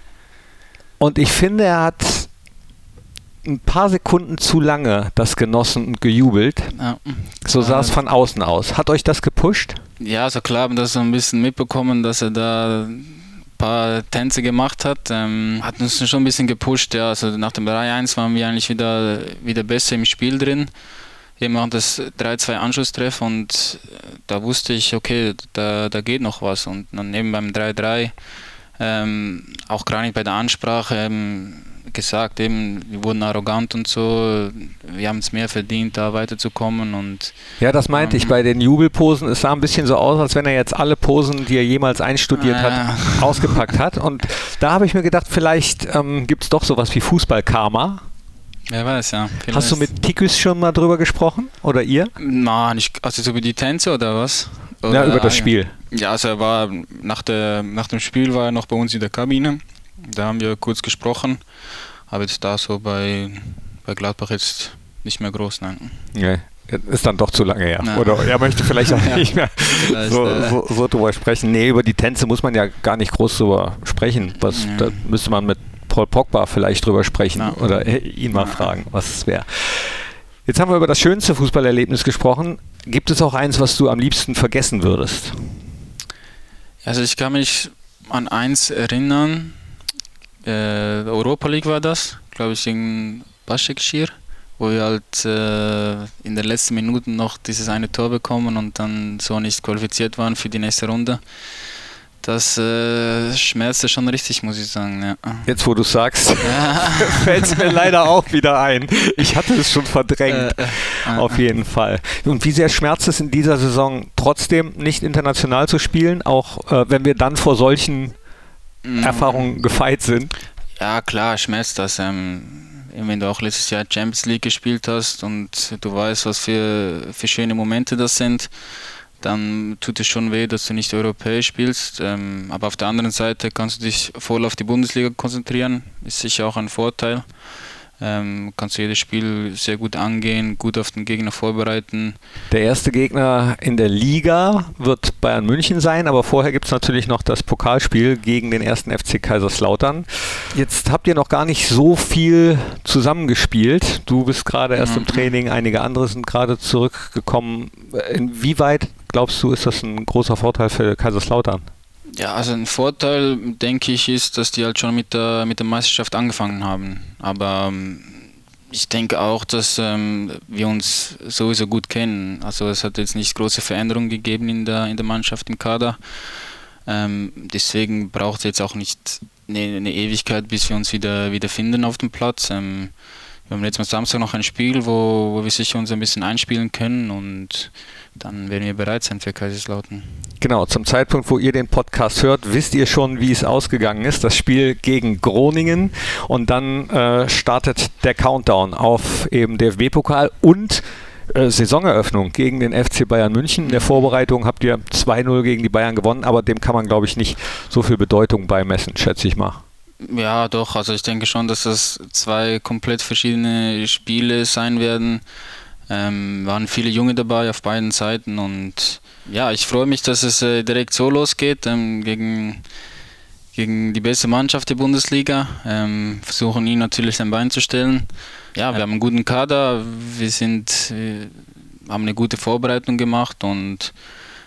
Und ich finde, er hat ein paar Sekunden zu lange das genossen und gejubelt. Ja. So sah es von außen aus. Hat euch das gepusht? Ja, so klar, haben das so ein bisschen mitbekommen, dass er da ein paar Tänze gemacht hat. Ähm, hat uns schon ein bisschen gepusht. Ja. Also nach dem drei eins waren wir eigentlich wieder, wieder besser im Spiel drin. Wir machen das drei zwei Anschlusstreff und da wusste ich, okay, da, da geht noch was. Und dann eben beim drei drei Ähm, auch gerade nicht bei der Ansprache ähm, gesagt, eben, wir wurden arrogant und so, wir haben es mehr verdient, da weiterzukommen. Und, ja, das meinte ähm, ich bei den Jubelposen. Es sah ein bisschen so aus, als wenn er jetzt alle Posen, die er jemals einstudiert äh, hat, ausgepackt hat. Und da habe ich mir gedacht, vielleicht ähm, gibt es doch sowas wie Fußball-Karma. Wer weiß, ja. Vielleicht. Hast du mit Tikus schon mal drüber gesprochen? Oder ihr? Nein, nicht, also so über die Tänze oder was? Oder, ja, über das Spiel. Ja, also er war nach, der, nach dem Spiel war er noch bei uns in der Kabine. Da haben wir kurz gesprochen. Aber jetzt da so bei, bei Gladbach jetzt nicht mehr groß, nein. Ja, ist dann doch zu lange her. Ja. Oder er möchte vielleicht auch ja, nicht mehr so, so, so drüber sprechen. Nee, über die Tänze muss man ja gar nicht groß drüber sprechen. Was, ja. Da müsste man mit Paul Pogba vielleicht drüber sprechen ja. oder ihn mal ja. fragen, was es wäre. Jetzt haben wir über das schönste Fußballerlebnis gesprochen. Gibt es auch eins, was du am liebsten vergessen würdest? Also ich kann mich an eins erinnern. Äh, Europa League war das, glaube ich, in Başakşehir, wo wir halt äh, in den letzten Minuten noch dieses eine Tor bekommen und dann so nicht qualifiziert waren für die nächste Runde. Das äh, schmerzte schon richtig, muss ich sagen. Ja. Jetzt, wo du sagst, ja. fällt es mir leider auch wieder ein. Ich hatte es schon verdrängt, äh, äh, auf jeden Fall. Und wie sehr schmerzt es in dieser Saison trotzdem, nicht international zu spielen, auch äh, wenn wir dann vor solchen mhm. Erfahrungen gefeit sind? Ja, klar, schmerzt das. Ähm, wenn du auch letztes Jahr Champions League gespielt hast und du weißt, was für, für schöne Momente das sind, dann tut es schon weh, dass du nicht europäisch spielst. Ähm, aber auf der anderen Seite kannst du dich voll auf die Bundesliga konzentrieren. Ist sicher auch ein Vorteil. Ähm, kannst du jedes Spiel sehr gut angehen, gut auf den Gegner vorbereiten. Der erste Gegner in der Liga wird Bayern München sein, aber vorher gibt es natürlich noch das Pokalspiel gegen den ersten F C Kaiserslautern. Jetzt habt ihr noch gar nicht so viel zusammengespielt. Du bist gerade erst mhm. im Training, einige andere sind gerade zurückgekommen. Inwieweit glaubst du, ist das ein großer Vorteil für Kaiserslautern? Ja, also ein Vorteil, denke ich, ist, dass die halt schon mit der, mit der Meisterschaft angefangen haben. Aber ähm, ich denke auch, dass ähm, wir uns sowieso gut kennen. Also es hat jetzt nicht große Veränderungen gegeben in der, in der Mannschaft, im Kader. Ähm, deswegen braucht es jetzt auch nicht eine, eine Ewigkeit, bis wir uns wieder, wieder finden auf dem Platz. Ähm, wir haben jetzt am Samstag noch ein Spiel, wo, wo wir sicher uns ein bisschen einspielen können und dann werden wir bereit sein für Kaiserslautern. Genau, zum Zeitpunkt, wo ihr den Podcast hört, wisst ihr schon, wie es ausgegangen ist. Das Spiel gegen Groningen und dann äh, startet der Countdown auf eben D F B-Pokal und äh, Saisoneröffnung gegen den F C Bayern München. In der Vorbereitung habt ihr zwei null gegen die Bayern gewonnen, aber dem kann man, glaube ich, nicht so viel Bedeutung beimessen, schätze ich mal. Ja, doch. Also ich denke schon, dass das zwei komplett verschiedene Spiele sein werden. Ähm, waren viele Junge dabei auf beiden Seiten und ja, ich freue mich, dass es äh, direkt so losgeht ähm, gegen, gegen die beste Mannschaft der Bundesliga. Ähm, versuchen ihn natürlich ein Bein zu stellen. Ja, wir haben einen guten Kader, wir sind, wir haben eine gute Vorbereitung gemacht und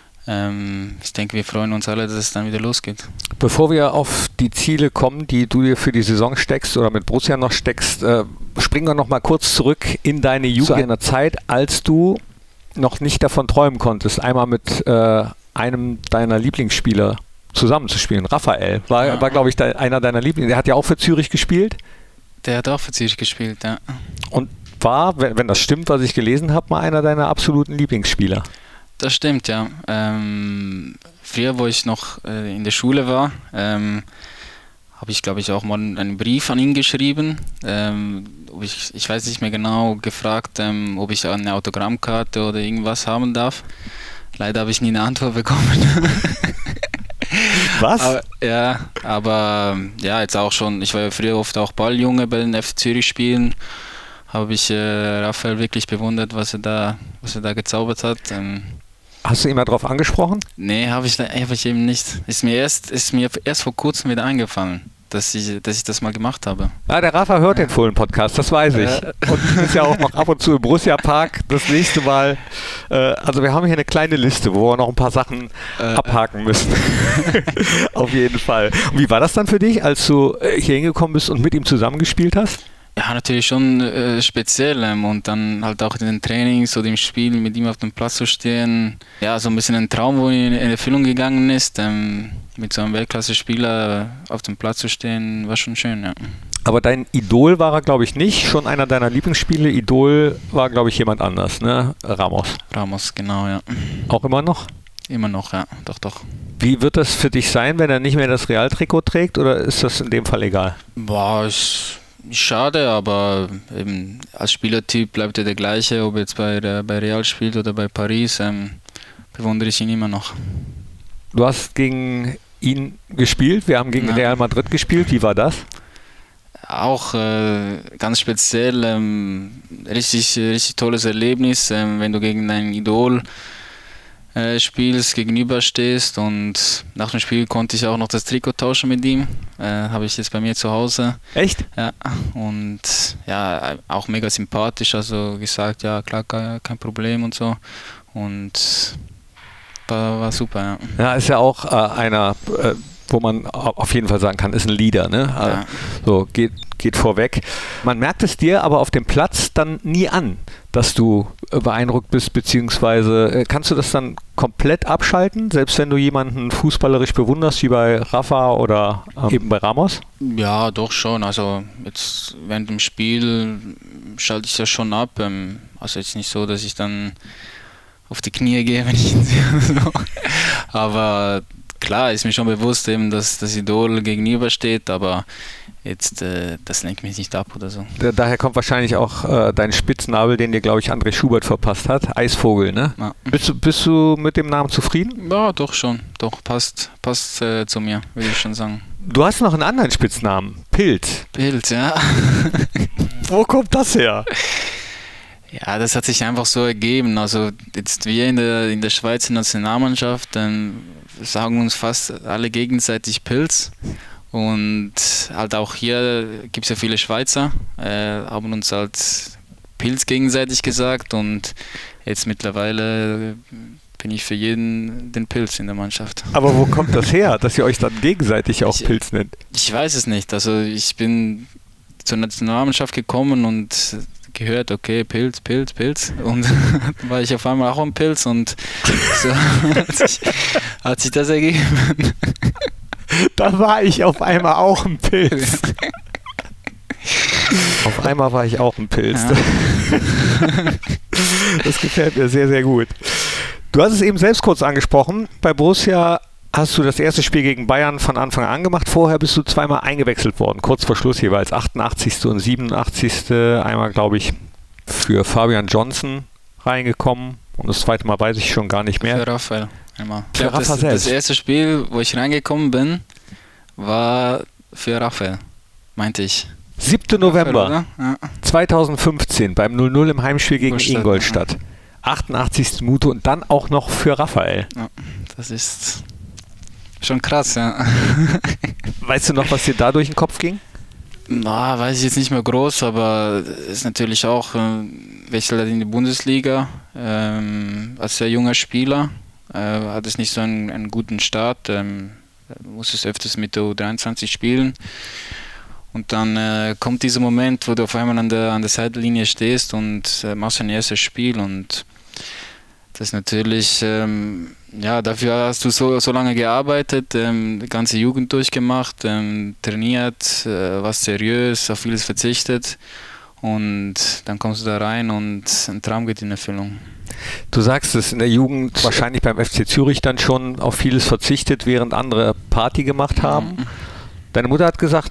ähm, ich denke, wir freuen uns alle, dass es dann wieder losgeht. Bevor wir auf die Ziele kommen, die du dir für die Saison steckst oder mit Borussia noch steckst, äh, springen wir noch mal kurz zurück in deine Jugend, zu einer Zeit, als du noch nicht davon träumen konntest, einmal mit äh, einem deiner Lieblingsspieler zusammenzuspielen. Raphael war, ja. war glaube ich, de- einer deiner Lieblings. Der hat ja auch für Zürich gespielt. Der hat auch für Zürich gespielt, ja. Und war, wenn, wenn das stimmt, was ich gelesen habe, mal einer deiner absoluten Lieblingsspieler. Das stimmt, ja. Ähm, früher, wo ich noch äh, in der Schule war, ähm, habe ich, glaube ich, auch mal einen Brief an ihn geschrieben. Ähm, ob ich, ich weiß nicht mehr genau, gefragt, ähm, ob ich eine Autogrammkarte oder irgendwas haben darf. Leider habe ich nie eine Antwort bekommen. Was? Aber, ja, aber ja, jetzt auch schon. Ich war ja früher oft auch Balljunge bei den F C Zürich Spielen. Habe ich äh, Raphael wirklich bewundert, was er da, was er da gezaubert hat. Ähm, Hast du ihn mal drauf angesprochen? Nee, habe ich, hab ich eben nicht. Ist mir, erst, ist mir erst vor kurzem wieder eingefallen, dass ich, dass ich das mal gemacht habe. Ah, der Rafa hört den Fohlen-Podcast, das weiß ich. Ja. Und ist ja auch noch ab und zu im Borussia Park. Das nächste Mal, äh, also wir haben hier eine kleine Liste, wo wir noch ein paar Sachen äh, abhaken müssen. Auf jeden Fall. Und wie war das dann für dich, als du hier hingekommen bist und mit ihm zusammengespielt hast? Ja, natürlich schon äh, speziell ähm, und dann halt auch in den Trainings oder im Spiel mit ihm auf dem Platz zu stehen. Ja, so ein bisschen ein Traum, wo in, in Erfüllung gegangen ist. Ähm, mit so einem Weltklasse-Spieler auf dem Platz zu stehen, war schon schön, ja. Aber dein Idol war er, glaube ich, nicht. Schon einer deiner Lieblingsspiele. Idol war, glaube ich, jemand anders, ne? Ramos. Ramos, genau, ja. Auch immer noch? Immer noch, ja, doch, doch. Wie wird das für dich sein, wenn er nicht mehr das Real-Trikot trägt, oder ist das in dem Fall egal? Boah, ich... Schade, aber eben als Spielertyp bleibt er der gleiche, ob er jetzt bei, der, bei Real spielt oder bei Paris, ähm, bewundere ich ihn immer noch. Du hast gegen ihn gespielt, wir haben gegen ja. Real Madrid gespielt, wie war das? Auch äh, ganz speziell, ähm, richtig, richtig tolles Erlebnis, ähm, wenn du gegen dein Idol äh, spielst, gegenüberstehst, und nach dem Spiel konnte ich auch noch das Trikot tauschen mit ihm, äh, habe ich jetzt bei mir zu Hause. Echt? Ja, und ja, auch mega sympathisch, also gesagt, ja klar, kein Problem und so, und war, war super, ja. Ja, ist ja auch äh, einer, äh, wo man auf jeden Fall sagen kann, ist ein Leader, ne? Also, ja. So, geht, geht vorweg. Man merkt es dir aber auf dem Platz dann nie an, dass du beeindruckt bist, beziehungsweise äh, kannst du das dann komplett abschalten, selbst wenn du jemanden fußballerisch bewunderst, wie bei Rafa oder ähm, eben bei Ramos? Ja, doch schon. Also jetzt während dem Spiel schalte ich das schon ab. Ähm, also jetzt nicht so, dass ich dann auf die Knie gehe, wenn ich ihn sehe. So. Aber klar, ist mir schon bewusst, eben, dass das Idol gegenübersteht, aber jetzt, äh, das lenkt mich nicht ab oder so. Da, daher kommt wahrscheinlich auch äh, dein Spitzname, den dir, glaube ich, André Schubert verpasst hat. Eisvogel, ne? Ja. Bist du, bist du mit dem Namen zufrieden? Ja, doch schon. Doch, passt, passt äh, zu mir, würde ich schon sagen. Du hast noch einen anderen Spitznamen, Pilz. Pilz, ja. Wo kommt das her? Ja, das hat sich einfach so ergeben. Also jetzt wir in der, in der Schweizer Nationalmannschaft, dann sagen uns fast alle gegenseitig Pilz. Und halt auch hier gibt es ja viele Schweizer, äh, haben uns halt Pilz gegenseitig gesagt, und jetzt mittlerweile bin ich für jeden den Pilz in der Mannschaft. Aber wo kommt das her, dass ihr euch dann gegenseitig auch ich, Pilz nennt? Ich weiß es nicht. Also ich bin zur Nationalmannschaft gekommen und gehört, okay, Pilz, Pilz, Pilz, und dann war ich auf einmal auch ein Pilz, und so hat sich, hat sich das ergeben. Da war ich auf einmal auch ein Pilz. Auf einmal war ich auch ein Pilz. Ja. Das gefällt mir sehr, sehr gut. Du hast es eben selbst kurz angesprochen. Bei Borussia hast du das erste Spiel gegen Bayern von Anfang an gemacht. Vorher bist du zweimal eingewechselt worden, kurz vor Schluss jeweils, achtundachtzigsten und siebenundachtzigsten Einmal, glaube ich, für Fabian Johnson reingekommen, und das zweite Mal weiß ich schon gar nicht mehr. Für Raphael. Einmal. Für glaub, Rafa das, selbst. Das erste Spiel, wo ich reingekommen bin, war für Raphael, meinte ich. siebter November Ja. zweitausendfünfzehn beim null null im Heimspiel gegen Ingolstadt, Ingolstadt. Ja. achtundachtzigste Minute und dann auch noch für Raphael. Ja, das ist schon krass, ja. Weißt du noch, was dir da durch den Kopf ging? Na, weiß ich jetzt nicht mehr groß, aber ist natürlich auch äh, wechselt in die Bundesliga ähm, als sehr junger Spieler. Äh, hat es nicht so einen, einen guten Start, ähm, muss es öfters mit der U dreiundzwanzig spielen. Und dann äh, kommt dieser Moment, wo du auf einmal an der, an der Seitenlinie stehst und äh, machst dein erstes Spiel, und das ist natürlich, ähm, ja, dafür hast du so, so lange gearbeitet, ähm, die ganze Jugend durchgemacht, ähm, trainiert, äh, warst seriös, auf vieles verzichtet, und dann kommst du da rein und ein Traum geht in Erfüllung. Du sagst es, in der Jugend wahrscheinlich beim F C Zürich dann schon auf vieles verzichtet, während andere Party gemacht haben. Mhm. Deine Mutter hat gesagt,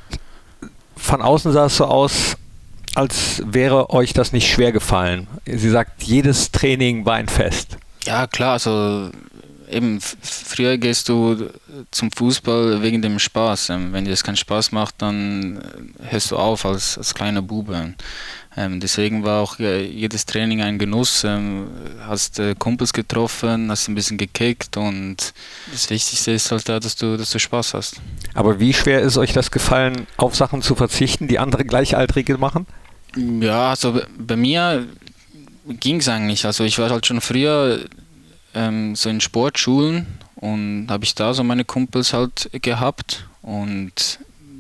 von außen sah es so aus, als wäre euch das nicht schwer gefallen. Sie sagt, jedes Training war ein Fest. Ja, klar, also eben früher gehst du zum Fußball wegen dem Spaß. Wenn dir das keinen Spaß macht, dann hörst du auf als, als kleiner Bube. Ähm, deswegen war auch jedes Training ein Genuss. Ähm, hast äh, Kumpels getroffen, hast ein bisschen gekickt und das Wichtigste ist halt da, dass du, dass du Spaß hast. Aber wie schwer ist euch das gefallen, auf Sachen zu verzichten, die andere Gleichaltrige machen? Ja, also bei mir ging es eigentlich. Also ich war halt schon früher ähm, so in Sportschulen und habe ich da so meine Kumpels halt gehabt und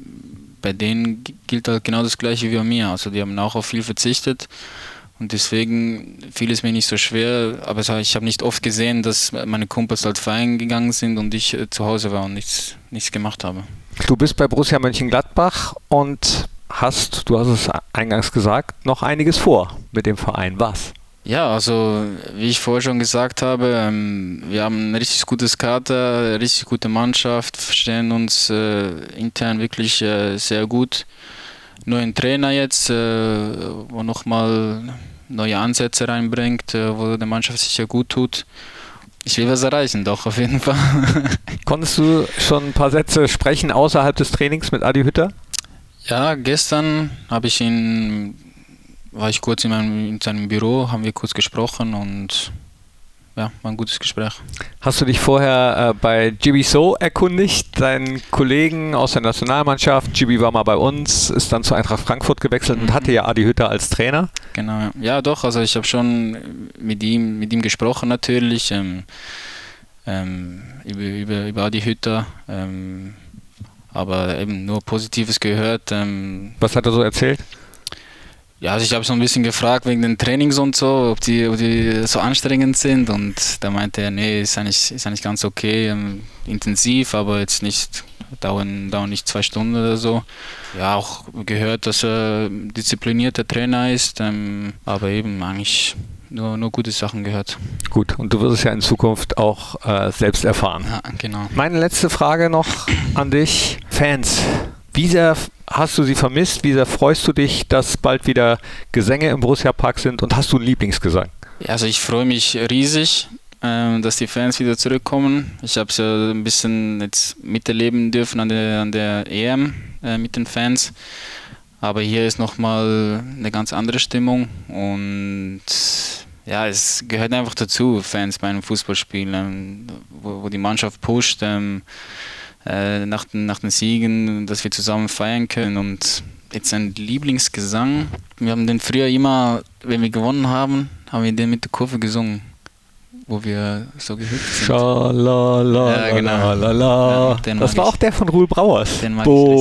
bei denen gilt halt genau das Gleiche wie bei mir. Also die haben auch auf viel verzichtet und deswegen fiel es mir nicht so schwer. Aber ich habe nicht oft gesehen, dass meine Kumpels halt feiern gegangen sind und ich zu Hause war und nichts, nichts gemacht habe. Du bist bei Borussia Mönchengladbach und hast, du hast es eingangs gesagt, noch einiges vor mit dem Verein. Was? Ja, also wie ich vorher schon gesagt habe, ähm, wir haben ein richtig gutes Kader, eine richtig gute Mannschaft, verstehen uns äh, intern wirklich äh, sehr gut. Nur ein Trainer jetzt, äh, wo nochmal neue Ansätze reinbringt, äh, wo der Mannschaft sicher gut tut. Ich will was erreichen, doch, auf jeden Fall. Konntest du schon ein paar Sätze sprechen außerhalb des Trainings mit Adi Hütter? Ja, gestern habe ich ihn... war ich kurz in, meinem, in seinem Büro, haben wir kurz gesprochen und ja, war ein gutes Gespräch. Hast du dich vorher äh, bei Djiby Sow erkundigt, deinen Kollegen aus der Nationalmannschaft? Djiby war mal bei uns, ist dann zu Eintracht Frankfurt gewechselt mhm. und hatte ja Adi Hütter als Trainer. Genau, ja, ja doch, also ich habe schon mit ihm, mit ihm gesprochen natürlich, ähm, ähm, über, über, über Adi Hütter, ähm, aber eben nur Positives gehört. Ähm, Was hat er so erzählt? Ja, also ich habe so ein bisschen gefragt wegen den Trainings und so, ob die, ob die so anstrengend sind und da meinte er, nee, ist eigentlich, ist eigentlich ganz okay, ähm, intensiv, aber jetzt nicht, dauern, dauern nicht zwei Stunden oder so. Ja, auch gehört, dass er disziplinierter Trainer ist, ähm, aber eben eigentlich nur, nur gute Sachen gehört. Gut, und du wirst es ja in Zukunft auch äh, selbst erfahren. Ja, genau. Meine letzte Frage noch an dich. Fans, wie sehr hast du sie vermisst? Wie sehr freust du dich, dass bald wieder Gesänge im Borussia-Park sind und hast du einen Lieblingsgesang? Ja, also ich freue mich riesig, äh, dass die Fans wieder zurückkommen. Ich habe es ja ein bisschen jetzt miterleben dürfen an der, an der E M äh, mit den Fans. Aber hier ist nochmal eine ganz andere Stimmung und ja, es gehört einfach dazu, Fans bei einem Fußballspiel, ähm, wo, wo die Mannschaft pusht, ähm, äh, nach, den, nach den Siegen, dass wir zusammen feiern können. Und jetzt ein Lieblingsgesang, wir haben den früher immer, wenn wir gewonnen haben, haben wir den mit der Kurve gesungen, wo wir so gehüpft sind. Schalala, ja, genau. Ja, das war ich. Auch der von Ruhl Brauers. Den mag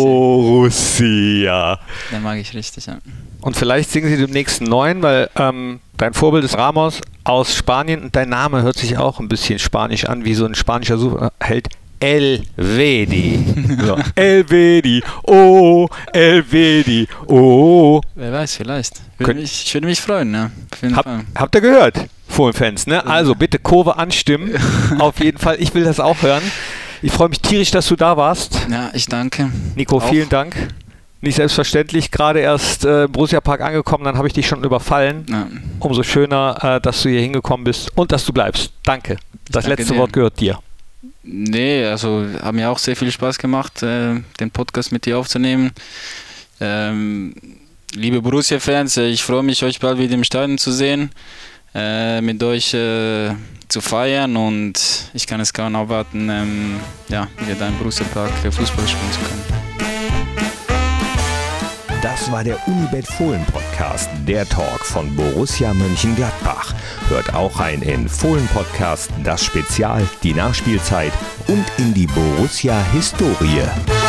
Borussia. Ich den mag ich richtig, ja. Und vielleicht singen sie demnächst einen neuen, weil ähm, dein Vorbild ist Ramos aus Spanien und dein Name hört sich auch ein bisschen spanisch an, wie so ein spanischer Superheld. Elvedi. So. Elvedi. Oh, Elvedi. Oh. Wer weiß, vielleicht. Würde mich, ich würde mich freuen, ne? Auf jeden Hab, Fall. Habt ihr gehört, Fohlenfans, ne? Also bitte Kurve anstimmen. Auf jeden Fall. Ich will das auch hören. Ich freue mich tierisch, dass du da warst. Ja, ich danke. Nico, auch. Vielen Dank. Nicht selbstverständlich, gerade erst äh, im Borussia Park angekommen, dann habe ich dich schon überfallen. Ja. Umso schöner, äh, dass du hier hingekommen bist und dass du bleibst. Danke. Das danke letzte dir. Wort gehört dir. Nee, also hat mir auch sehr viel Spaß gemacht, äh, den Podcast mit dir aufzunehmen. Ähm, liebe Borussia-Fans, ich freue mich, euch bald wieder im Stadion zu sehen, äh, mit euch äh, zu feiern und ich kann es kaum erwarten, ähm, ja, wieder da im Borussia Park Fußball spielen zu können. Das war der Unibet Fohlen Podcast, der Talk von Borussia Mönchengladbach. Hört auch rein in Fohlen Podcast, das Spezial, die Nachspielzeit und in die Borussia Historie.